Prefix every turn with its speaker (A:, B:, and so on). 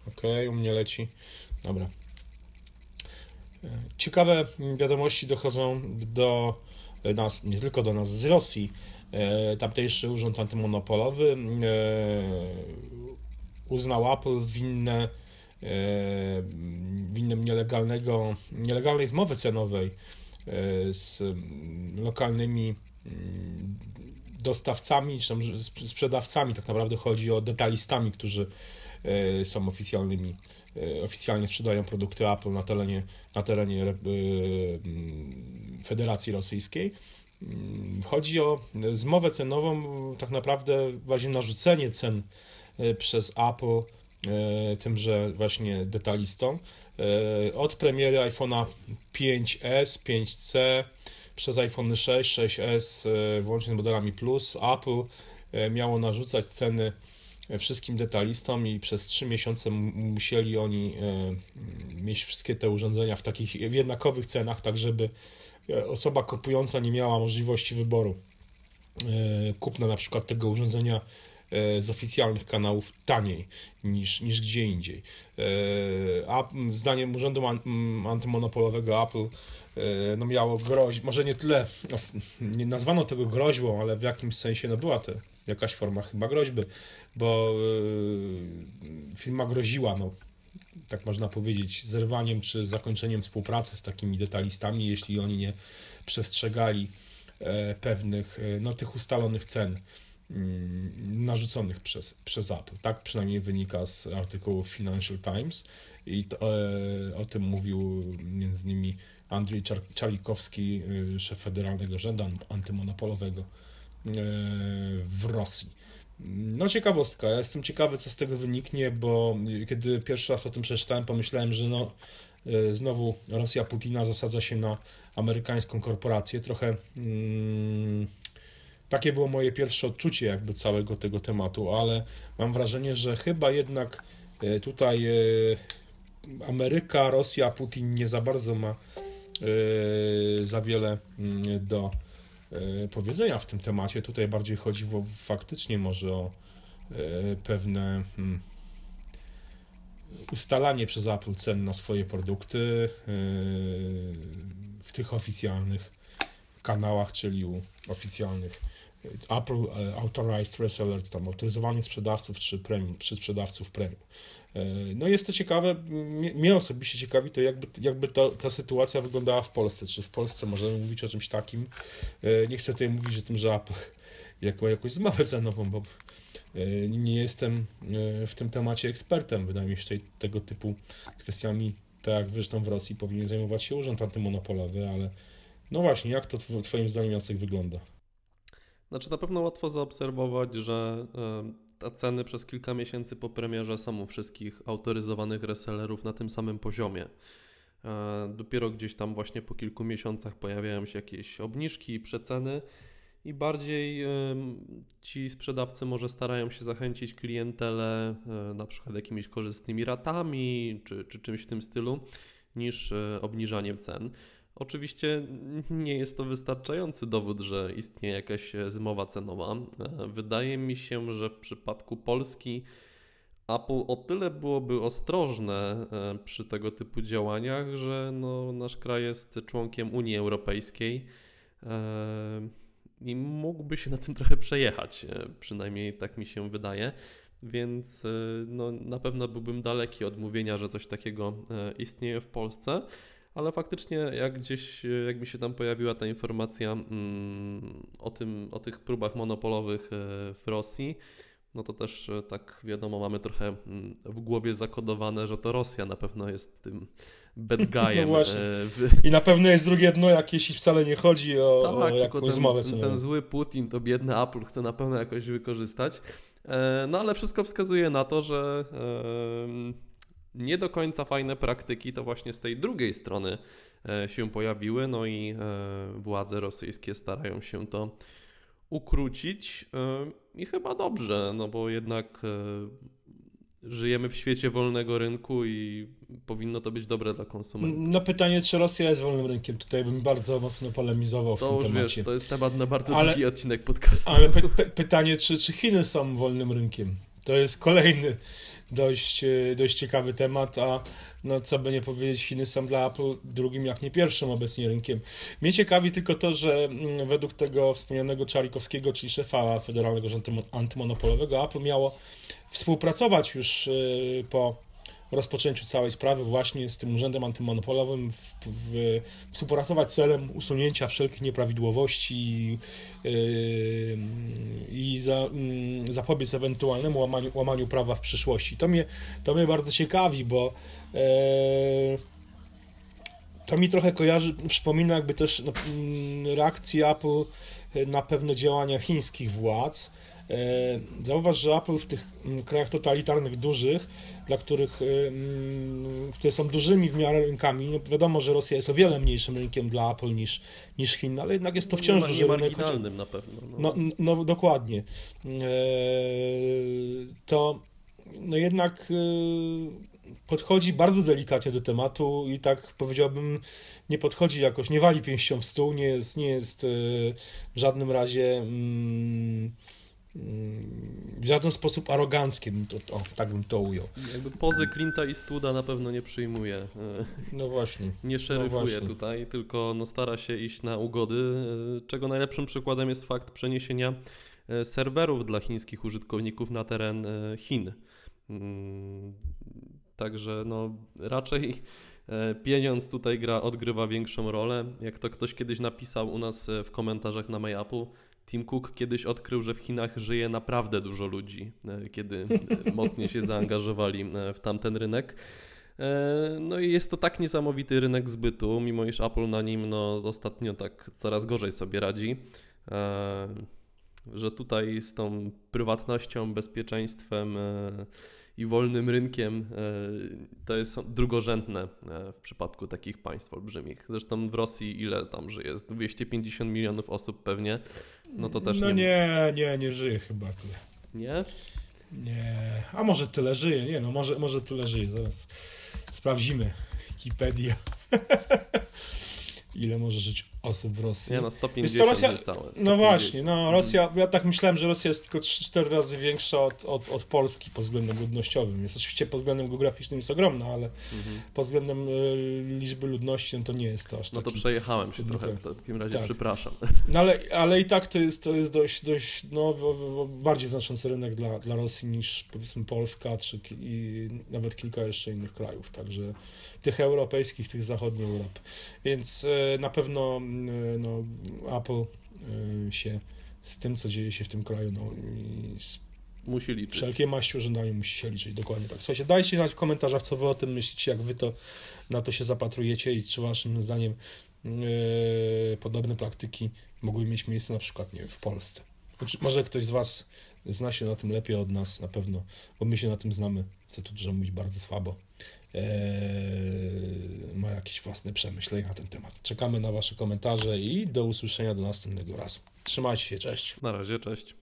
A: Okej, u mnie leci. Dobra. Ciekawe wiadomości dochodzą do nas, nie tylko do nas, z Rosji. Tamtejszy urząd antymonopolowy uznał Apple winnym nielegalnej zmowy cenowej z lokalnymi dostawcami, czy tam sprzedawcami. Tak naprawdę chodzi o detalistami, którzy są oficjalnie sprzedają produkty Apple na terenie Federacji Rosyjskiej. Chodzi o zmowę cenową, tak naprawdę właśnie narzucenie cen przez Apple tymże właśnie detalistom. Od premiery iPhone'a 5S, 5C przez iPhone 6, 6S włącznie z modelami Plus, Apple miało narzucać ceny wszystkim detalistom i przez 3 miesiące musieli oni mieć wszystkie te urządzenia w takich jednakowych cenach, tak żeby osoba kupująca nie miała możliwości wyboru kupna na przykład tego urządzenia z oficjalnych kanałów taniej niż gdzie indziej. A zdaniem Urzędu Antymonopolowego Apple no miało groźć, może nie tyle, no, nie nazwano tego groźbą, ale w jakimś sensie no była to jakaś forma chyba groźby, bo firma groziła, no tak można powiedzieć, zerwaniem czy zakończeniem współpracy z takimi detalistami, jeśli oni nie przestrzegali pewnych, no tych ustalonych cen narzuconych przez Apple. Tak przynajmniej wynika z artykułów Financial Times i o tym mówił między innymi Andrzej Czarlikowski, szef Federalnego Urzędu Antymonopolowego w Rosji. No ciekawostka, ja jestem ciekawy, co z tego wyniknie, bo kiedy pierwszy raz o tym przeczytałem, pomyślałem, że no znowu Rosja Putina zasadza się na amerykańską korporację. Trochę takie było moje pierwsze odczucie jakby całego tego tematu, ale mam wrażenie, że chyba jednak tutaj Ameryka, Rosja, Putin nie za bardzo ma za wiele do powiedzenia w tym temacie. Tutaj bardziej chodzi faktycznie może o pewne ustalanie przez Apple cen na swoje produkty w tych oficjalnych kanałach, czyli u oficjalnych Apple Authorized Reseller, tam autoryzowanych sprzedawców czy sprzedawców premium. No jest to ciekawe, mnie osobiście ciekawi to, jakby ta sytuacja wyglądała w Polsce. Czy w Polsce możemy mówić o czymś takim? Nie chcę tutaj mówić o tym, że Apple jakąś zmowę cenową, bo nie jestem w tym temacie ekspertem. Wydaje mi się, że tego typu kwestiami, tak jak zresztą w Rosji, powinien zajmować się Urząd Antymonopolowy, ale no właśnie, jak to Twoim zdaniem, Jacek, wygląda?
B: Znaczy na pewno łatwo zaobserwować, że te ceny przez kilka miesięcy po premierze są u wszystkich autoryzowanych resellerów na tym samym poziomie. Dopiero gdzieś tam właśnie po kilku miesiącach pojawiają się jakieś obniżki, przeceny i bardziej ci sprzedawcy może starają się zachęcić klientelę na przykład jakimiś korzystnymi ratami czy czymś w tym stylu niż obniżaniem cen. Oczywiście nie jest to wystarczający dowód, że istnieje jakaś zmowa cenowa. Wydaje mi się, że w przypadku Polski Apple o tyle byłoby ostrożne przy tego typu działaniach, że no, nasz kraj jest członkiem Unii Europejskiej i mógłby się na tym trochę przejechać, przynajmniej tak mi się wydaje. Więc no, na pewno byłbym daleki od mówienia, że coś takiego istnieje w Polsce. Ale faktycznie jak mi się tam pojawiła ta informacja o tych próbach monopolowych w Rosji, no to też tak wiadomo, mamy trochę w głowie zakodowane, że to Rosja na pewno jest tym bad
A: No
B: guyem.
A: właśnie. I na pewno jest drugie dno, jak jeśli wcale nie chodzi o
B: Tak, tylko
A: jakąś zmowę cenową.
B: ten zły Putin, to biedny Apple chce na pewno jakoś wykorzystać. No ale wszystko wskazuje na to, że nie do końca fajne praktyki to właśnie z tej drugiej strony się pojawiły, no i władze rosyjskie starają się to ukrócić i chyba dobrze, no bo jednak żyjemy w świecie wolnego rynku i powinno to być dobre dla konsumentów.
A: No pytanie, czy Rosja jest wolnym rynkiem? Tutaj bym bardzo mocno polemizował w
B: To
A: tym
B: już
A: temacie.
B: wiesz, to jest temat na bardzo
A: Ale-
B: długi odcinek podcastu.
A: Ale pytanie, czy Chiny są wolnym rynkiem? To jest kolejny dość ciekawy temat, a no co by nie powiedzieć, Chiny są dla Apple drugim, jak nie pierwszym obecnie rynkiem. Mnie ciekawi tylko to, że według tego wspomnianego Czarikowskiego, czyli szefa Federalnego Urzędu Antymonopolowego, Apple miało współpracować już po rozpoczęciu całej sprawy właśnie z tym Urzędem Antymonopolowym, współpracować celem usunięcia wszelkich nieprawidłowości i zapobiec ewentualnemu łamaniu prawa w przyszłości. To mnie bardzo ciekawi, bo to mi trochę przypomina jakby też reakcję Apple na pewne działania chińskich władz. Zauważ, że Apple w tych krajach totalitarnych, dużych, które są dużymi w miarę rynkami, no wiadomo, że Rosja jest o wiele mniejszym rynkiem dla Apple niż Chin, ale jednak jest to wciąż duży rynek.
B: Marginalnym na pewno.
A: No dokładnie. To no jednak podchodzi bardzo delikatnie do tematu i tak powiedziałbym, nie podchodzi jakoś, nie wali pięścią w stół, nie jest w żadnym razie w żaden sposób aroganckie, tak bym to ujął.
B: Jakby pozy Clint'a i Studa na pewno nie przyjmuje.
A: No właśnie.
B: Nie szeryfuje tutaj, tylko no stara się iść na ugody, czego najlepszym przykładem jest fakt przeniesienia serwerów dla chińskich użytkowników na teren Chin. Także no raczej pieniądz tutaj odgrywa większą rolę. Jak to ktoś kiedyś napisał u nas w komentarzach na MyApple, Tim Cook kiedyś odkrył, że w Chinach żyje naprawdę dużo ludzi, kiedy mocniej się zaangażowali w tamten rynek. No i jest to tak niesamowity rynek zbytu, mimo iż Apple na nim no, ostatnio tak coraz gorzej sobie radzi, że tutaj z tą prywatnością, bezpieczeństwem i wolnym rynkiem to jest drugorzędne w przypadku takich państw olbrzymich. Zresztą w Rosji ile tam żyje? Jest 250 milionów osób pewnie. No to też
A: no nie żyje chyba tyle.
B: Nie?
A: Nie. A może tyle żyje? Nie no, może tyle żyje. Zaraz sprawdzimy. Wikipedia. Ile może żyć osób w Rosji?
B: Nie no, 150
A: Rosja,
B: całe. 150.
A: No właśnie, no Rosja, ja tak myślałem, że Rosja jest tylko 4 razy większa od Polski pod względem ludnościowym. Jest oczywiście pod względem geograficznym jest ogromna, ale pod względem liczby ludności no to nie jest to aż
B: No to
A: taki...
B: przejechałem się trochę w takim razie,
A: tak.
B: Przepraszam.
A: No ale i tak to jest dość no, bardziej znaczący rynek dla Rosji niż powiedzmy Polska, i nawet kilka jeszcze innych krajów, także tych europejskich, tych zachodnich Europy. Więc na pewno no, Apple się z tym, co dzieje się w tym kraju, no,
B: musi liczyć.
A: Wszelkie maści urzędami musi się liczyć, dokładnie tak. Słuchajcie, dajcie znać w komentarzach, co wy o tym myślicie, jak wy na to się zapatrujecie i czy waszym zdaniem podobne praktyki mogły mieć miejsce na przykład, nie wiem, w Polsce. Może ktoś z was zna się na tym lepiej od nas, na pewno, bo my się na tym znamy, co tu dużo mówić, bardzo słabo. Ma jakieś własne przemyślenia na ten temat. Czekamy na wasze komentarze i do usłyszenia do następnego razu. Trzymajcie się, cześć.
B: Na razie, cześć.